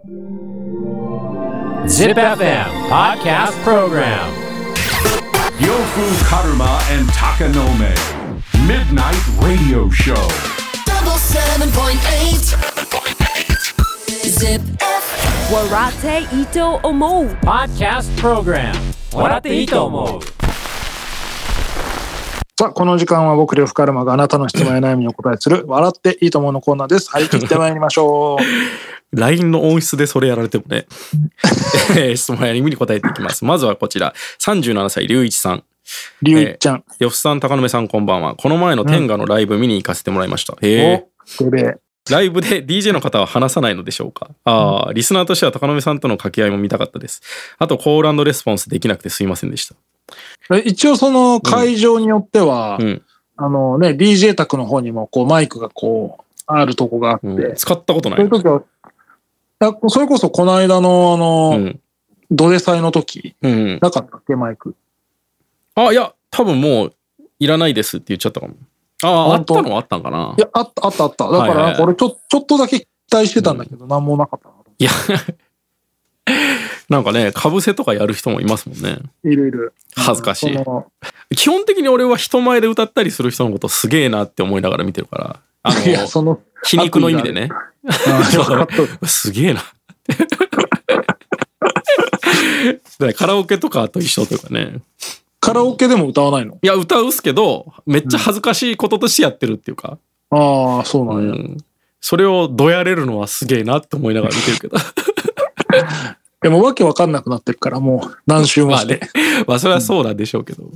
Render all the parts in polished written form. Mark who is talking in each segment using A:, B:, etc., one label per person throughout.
A: Zip FM Podcast Program
B: Yofu Karuma and Takanome Midnight Radio Show.
C: Double 7.8 Zip
D: Warate Ito Omo
A: Podcast Program 笑っていいと思う。
E: さあ、この時間は僕、呂布カルマがあなたの質問や悩みにお答えする笑っていいと思うのコーナーです。張り切ってまいりましょう。
F: LINE の音質でそれやられてもね質問や悩みに答えていきます。まずはこちら、37歳龍一さん。
E: 龍一ちゃん、
F: 呂布さん、高野さん、こんばんは。この前の天下のライブ見に行かせてもらいました。ライブで DJ の方は話さないのでしょうか。リスナーとしては高野さんとの掛け合いも見たかったです。あとコール&レスポンスできなくてすいませんでした。
E: 一応その会場によっては、DJ 宅の方にもこうマイクがこうあるとこがあって、
F: 使ったことない。
E: そういう時はそれこそこの間のドデサイの時、なかったっけマイク。い
F: や多分もういらないですって言っちゃったかも。あったのはあったんかな。
E: いやあった。だからなんか俺ちょっとだけ期待してたんだけど、なんもなかったな。
F: いやなんかね、かぶせとかやる人もいますもんね。
E: いる。
F: 恥ずかしい。基本的に俺は人前で歌ったりする人のことすげえなって思いながら見てるから。皮肉の意味でね。すげえな。カラオケとかと一緒というかね。
E: カラオケでも歌わないの？
F: いや、歌うっすけど、めっちゃ恥ずかしいこととしてやってるっていうか。
E: そうなんや。
F: それをどやれるのはすげえなって思いながら見てるけど。
E: でもわけわかんなくなってるからもう何周もして。
F: それはそうなんでしょうけど。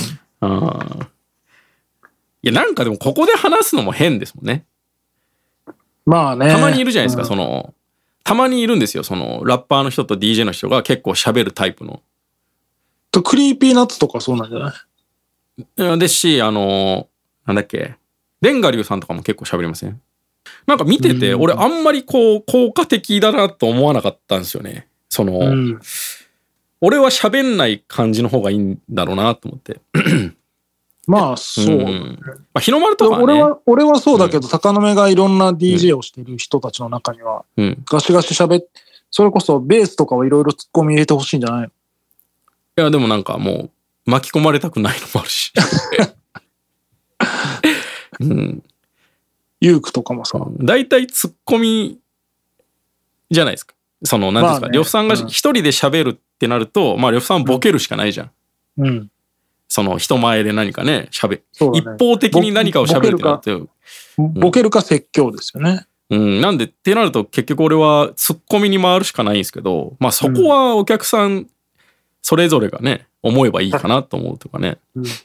F: いや、なんかでもここで話すのも変ですもんね。
E: まあね。
F: たまにいるじゃないですか、たまにいるんですよ、ラッパーの人と DJ の人が結構喋るタイプの。
E: クリーピーナッツとかそうなんじゃない？
F: ですし、なんだっけ、レンガリュウさんとかも結構喋りません？なんか見てて、俺あんまりこう効果的だなと思わなかったんですよね。俺は喋んない感じの方がいいんだろうなと思って。
E: まあそう、
F: 日の丸とかはね。
E: 俺はそうだけど、高野目がいろんな DJ をしてる人たちの中には、ガシガシそれこそベースとかはいろいろツッコミ入れてほしいんじゃないの？い
F: やでもなんかもう巻き込まれたくないのもあるし。
E: ユークとかもさ、
F: 大体ツッコミじゃないですか。なんですか、呂布さんが一人で喋るってなると、呂布さんボケるしかないじゃん。人前で何かね、一方的に何かを喋るってなって
E: ボケるか説教ですよね。
F: なんでってなると結局俺はツッコミに回るしかないんですけど、そこはお客さんそれぞれがね思えばいいかなと思うとかね。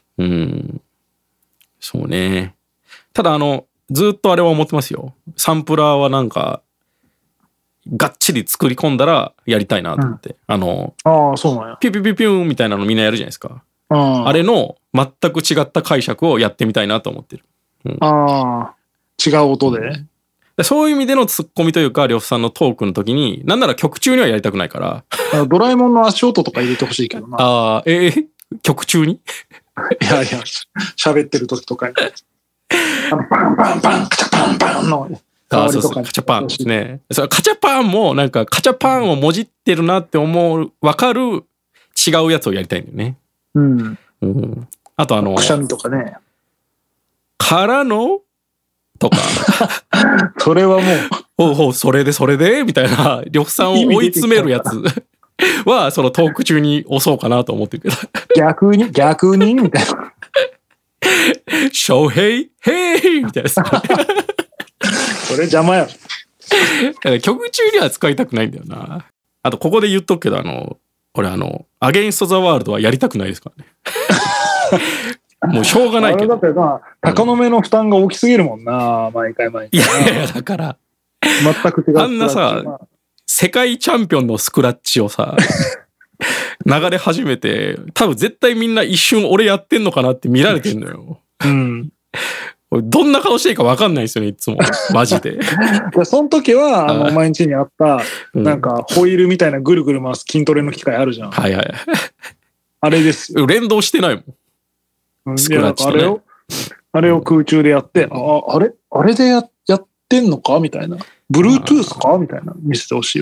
F: そうね。ただずっとあれは思ってますよ。サンプラーはなんかがっちり作り込んだらやりたいなと思って、
E: そうなんや。
F: ピュピュピュピュンみたいなのみんなやるじゃないですか。あれの全く違った解釈をやってみたいなと思ってる。
E: 違う音で。
F: そういう意味でのツッコミというか、呂布さんのトークの時に、なんなら曲中にはやりたくないから。
E: ドラえもんの足音とか入れてほしいけどな。
F: 曲中に？
E: いや、喋ってる時とかに。パンパンパン、カチャパンパンの。
F: そうカチャパンですね。カチャパンもなんかカチャパンをもじってるなって分かる違うやつをやりたいんだよね。あと
E: くしゃみとかね。
F: からのとか。
E: それはも
F: う。それでみたいな呂布さんを追い詰めるやつはトーク中に押そうかなと思ってるけど。
E: 逆にみたいな。
F: 翔平ヘイみたいな。
E: それ邪魔や。
F: 曲中には使いたくないんだよな。あとここで言っとくけど俺アゲインストザワールドはやりたくないですからね。もうしょうがないけど。
E: だって高野目の負担が大きすぎるもんな、毎回。
F: いやだから
E: 全く違う。
F: あんなさ、世界チャンピオンのスクラッチをさ流れ始めて、多分絶対みんな一瞬俺やってんのかなって見られてんのよ。どんな顔していいか分かんないですよね、いつも。マジで。
E: その時は、毎日にあった、なんか、ホイールみたいなぐるぐる回す筋トレの機械あるじゃん。
F: はいはい。
E: あれですよ。
F: 連動してないもん。スクラッチとね。
E: あれを空中でやって、あれでやってんのかみたいな。Bluetooth かみたいな見せてほしいわ。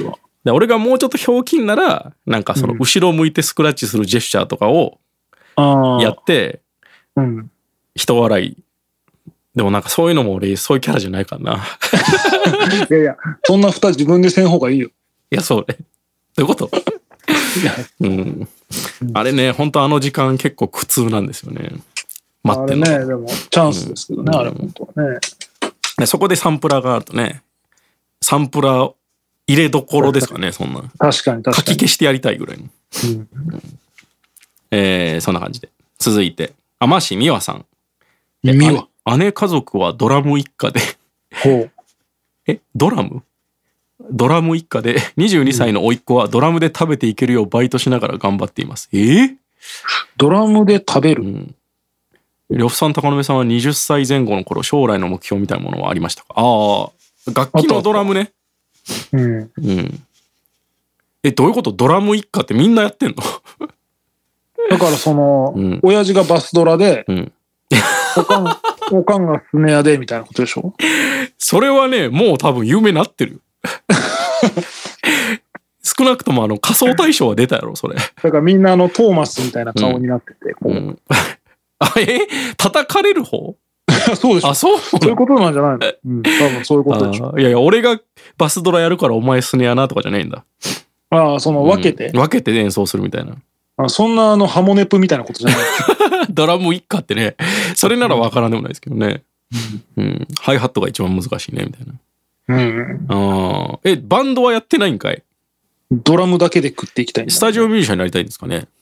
F: で俺がもうちょっとひょうきんならなんかその後ろ向いてスクラッチするジェスチャーとかをやって、人笑い。でもなんかそういうのも俺そういうキャラじゃないからな。
E: いやいや、そんな蓋自分でせん方がいいよ。
F: いや、そうね。どういうこと？あれね、本当あの時間結構苦痛なんですよね。待ってんの。
E: あれね、でもチャンスですけどね、あれ本当はね。
F: でそこでサンプラーがあるとね、サンプラー入れどころですかね、そんな。
E: 確かに。
F: 書き消してやりたいぐらいの。そんな感じで。続いて、天橋美和さん。姉家族はドラム一家でドラム一家で22歳の甥っ子はドラムで食べていけるようバイトしながら頑張っています。
E: ドラムで食べる？
F: 呂布さん、高野目さんは20歳前後の頃将来の目標みたいなものはありましたか？楽器のドラムね。どういうこと？ドラム一家ってみんなやってんの？
E: だからその、親父がバスドラで、おかんがスネアでみたいなことでしょ？
F: それはね、もう多分有名になってるよ。少なくとも仮装大賞は出たやろ、それ。
E: だからみんなトーマスみたいな顔になってて、
F: 叩かれる方？
E: そうでしょ。そういうことなんじゃないの？多分そういうことでしょ。
F: いや、俺がバスドラやるからお前スネアなとかじゃないんだ。
E: その分けて
F: 演奏するみたいな。
E: そんなハモネプみたいなことじゃない。
F: ドラム一家ってね、それなら分からんでもないですけどね。ハイハットが一番難しいねみたいな。バンドはやってないんかい？
E: ドラムだけで食っていきたい。
F: スタジオミュージシャンになりたいんですかね。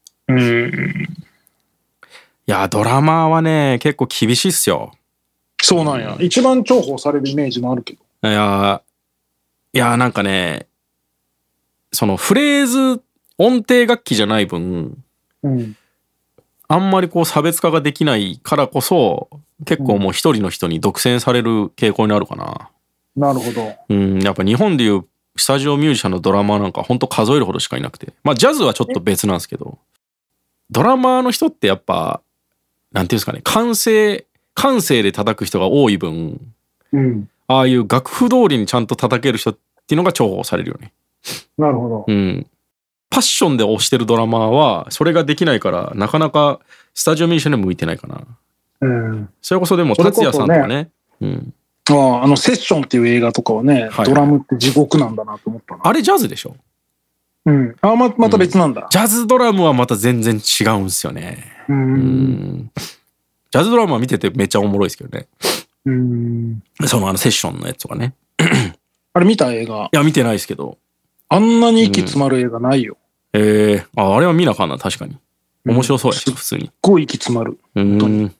F: いや、ドラマーはね、結構厳しいっすよ。
E: そうなんや。一番重宝されるイメージもあるけど。
F: いや、なんかね、そのフレーズ、音程楽器じゃない分、あんまりこう差別化ができないからこそ、結構もう一人の人に独占される傾向になるかな。
E: なるほど。
F: やっぱ日本でいうスタジオミュージシャンのドラマーなんかほんと数えるほどしかいなくて。まあジャズはちょっと別なんですけど、ドラマーの人ってやっぱ、なんていうんですかね、感性で叩く人が多い分、ああいう楽譜通りにちゃんと叩ける人っていうのが重宝されるよね。
E: なるほど。
F: パッションで推してるドラマーはそれができないからなかなかスタジオミュージシャンに向いてないかな。それこそでも達也さんとかね。
E: セッションっていう映画とかはね、ドラムって地獄なんだなと思ったな。
F: あれジャズでしょ？
E: また別なんだ。
F: ジャズドラムはまた全然違うんですよね。ジャズドラムは見ててめっちゃおもろいですけどね。そのセッションのやつとかね。
E: あれ見た映画？
F: いや見てないですけど。
E: あんなに息詰まる映画ないよ。
F: あれは見なあかんな、確かに。面白そうやし、普通に。
E: すっごい息詰まる。本当に。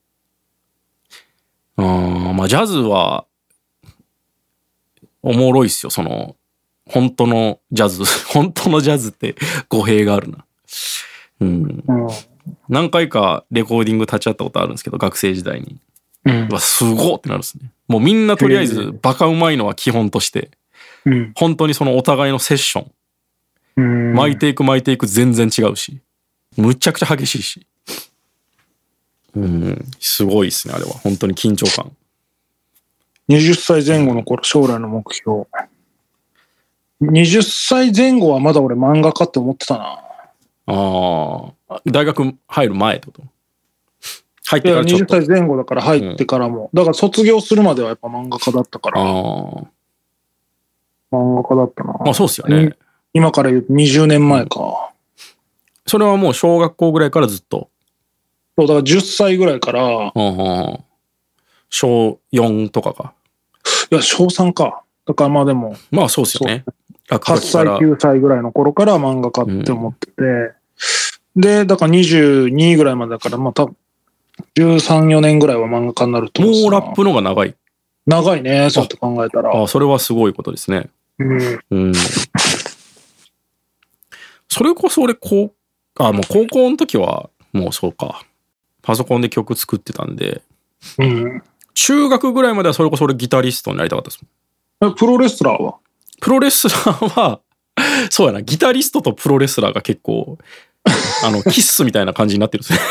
F: まあジャズはおもろいっすよ。その本当のジャズって語弊があるな。何回かレコーディング立ち会ったことあるんですけど、学生時代に。すごってなるんですね。もうみんなとりあえずバカうまいのは基本として、本当にそのお互いのセッション、巻いていく全然違うし、むちゃくちゃ激しいし。すごいっすね、あれは。本当に緊張感。
E: 20歳前後の頃、将来の目標。20歳前後はまだ俺漫画家って思ってたな。
F: 大学入る前ってこと？入ってからちょっと。
E: 20歳前後だから入ってからも。だから卒業するまではやっぱ漫画家だったから。漫画家だったな。
F: そうっすよね。
E: 今から言うと20年前か。
F: それはもう小学校ぐらいからずっと。
E: そう、だから10歳ぐらいから。
F: 小4とかか。
E: いや、小3か。だからまあでも。
F: まあそうっすよね。
E: 8歳、9歳ぐらいの頃から漫画家って思ってて。で、だから22ぐらいまでだから、まあ多分13、4年ぐらいは漫画家になると思う。
F: もうラップのが長い。
E: 長いね、そうやって考えたら。
F: それはすごいことですね。それこそ俺もう高校の時はもうそうか。パソコンで曲作ってたんで、中学ぐらいまではそれこそ俺ギタリストになりたかったですもん。
E: プロレスラーは
F: そうやな、ギタリストとプロレスラーが結構キッスみたいな感じになってるんですね。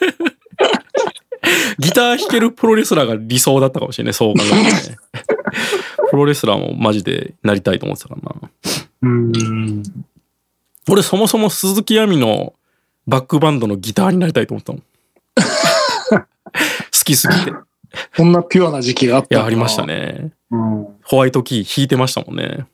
F: ギター弾けるプロレスラーが理想だったかもしれない、そう考えるとね。プロレスラーもマジでなりたいと思ってたからな。 俺そもそも鈴木亜美のバックバンドのギターになりたいと思ったもん。好きすぎて。
E: こんなピュアな時期があったのかな。
F: いや、ありましたね。ホワイトキー弾いてましたもんね。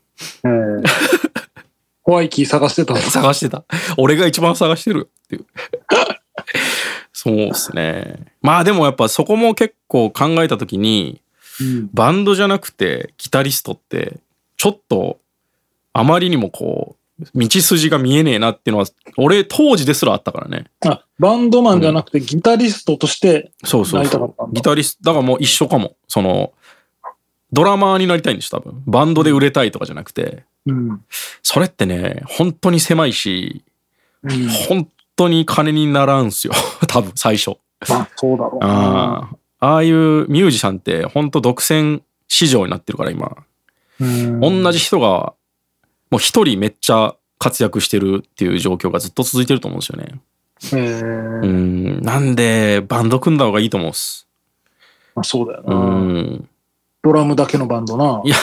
E: ホワイキー探してたの。
F: 探してた。俺が一番探してるっていう。そうですね。まあでもやっぱそこも結構考えたときに、バンドじゃなくてギタリストってちょっとあまりにもこう道筋が見えねえなっていうのは俺当時ですらあったからね。
E: あ、バンドマンじゃなくてギタリストとしてなりたかったんだ。
F: ギタリストだからもう一緒かも。そのドラマーになりたいんです多分。バンドで売れたいとかじゃなくて、それってね本当に狭いし、本当に金にならんすよ多分最初。
E: まあそうだろうな。
F: ああいうミュージシャンって本当独占市場になってるから今。同じ人がもう一人めっちゃ活躍してるっていう状況がずっと続いてると思うんですよね。なんでバンド組んだ方がいいと思うんです。
E: まあそうだよな。ドラムだけのバンドな。
F: いや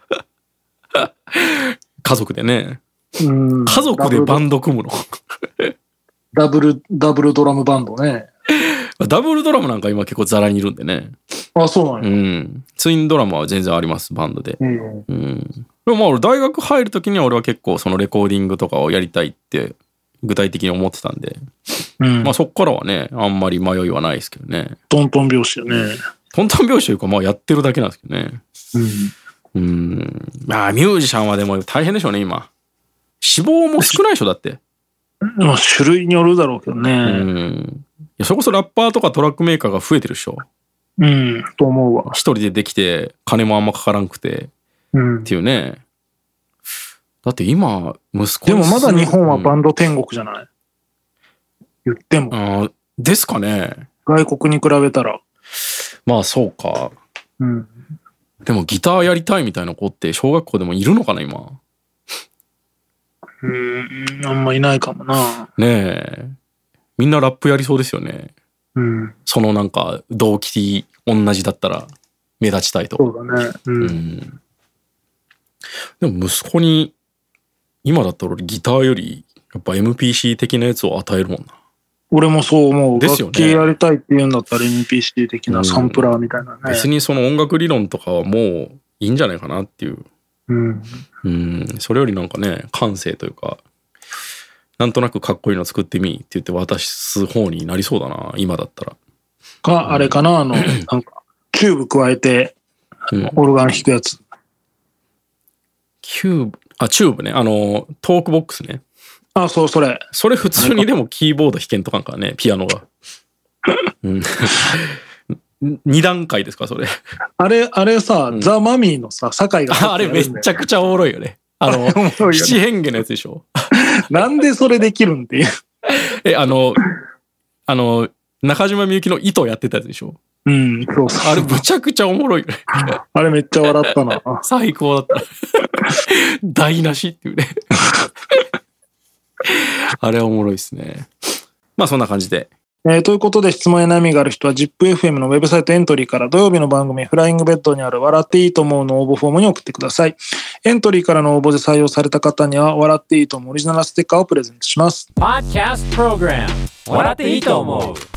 F: 家族でね。家族でバンド組むの。
E: ダブルドラムバンドね。
F: ダブルドラムなんか今結構ザラにいるんでね。
E: あ、そうなんや。
F: ツインドラムは全然ありますバンドで。でもまあ俺大学入る時には俺は結構そのレコーディングとかをやりたいって具体的に思ってたんで、まあそっからはねあんまり迷いはないですけどね。
E: トントン拍子よね。
F: トントン拍子というかまあやってるだけなんですけどね。まあミュージシャンはでも大変でしょうね今。志望も少ないでしょだって。
E: まあ種類によるだろうけどね。
F: いやそれこそラッパーとかトラックメーカーが増えてるでしょ。
E: と思うわ。
F: 一人でできて金もあんまかからんくて、っていうね。だって今息子
E: でもまだ日本はバンド天国じゃない、言っても。
F: ですかね。
E: 外国に比べたら。
F: まあそうか。でもギターやりたいみたいな子って小学校でもいるのかな今。
E: あんまいないかもな。
F: ねえ。みんなラップやりそうですよね。そのなんか動機同じだったら目立ちたいと。
E: そうだね。
F: でも息子に今だったら俺ギターよりやっぱ MPC 的なやつを与えるもんな。
E: 俺もそう思う。
F: ですよね。
E: 楽器やりたいって言うんだったら MPC 的なサンプラーみたいなね。
F: 別にその音楽理論とかはもういいんじゃないかなっていう。それよりなんかね感性というかなんとなくかっこいいの作ってみって言って渡す方になりそうだな今だったら。
E: かあれかななんかキューブ加えてオルガン弾くやつ。
F: チューブねトークボックスね。
E: あ、そうそれ
F: 普通にでもキーボード弾けんとかんからねピアノが。2段階ですかそれ。あ
E: れさ、ザ・マミーのさ酒井が
F: あれめちゃくちゃおもろいよね。七変化のやつでしょ。
E: なんでそれできるんっていう。
F: 中島みゆきの糸やってたやつでしょ。
E: そうそう。
F: あれむちゃくちゃおもろいよね。
E: あれめっちゃ笑ったな。
F: 最高だった。台無しっていうね。あれおもろいですね。まあそんな感じで。
E: ということで質問や悩みがある人は ZIPFM のウェブサイトエントリーから土曜日の番組フライングベッドにある笑っていいと思うの応募フォームに送ってください。エントリーからの応募で採用された方には笑っていいと思うオリジナルステッカーをプレゼントします。
A: Podcast Program 笑っていいと思う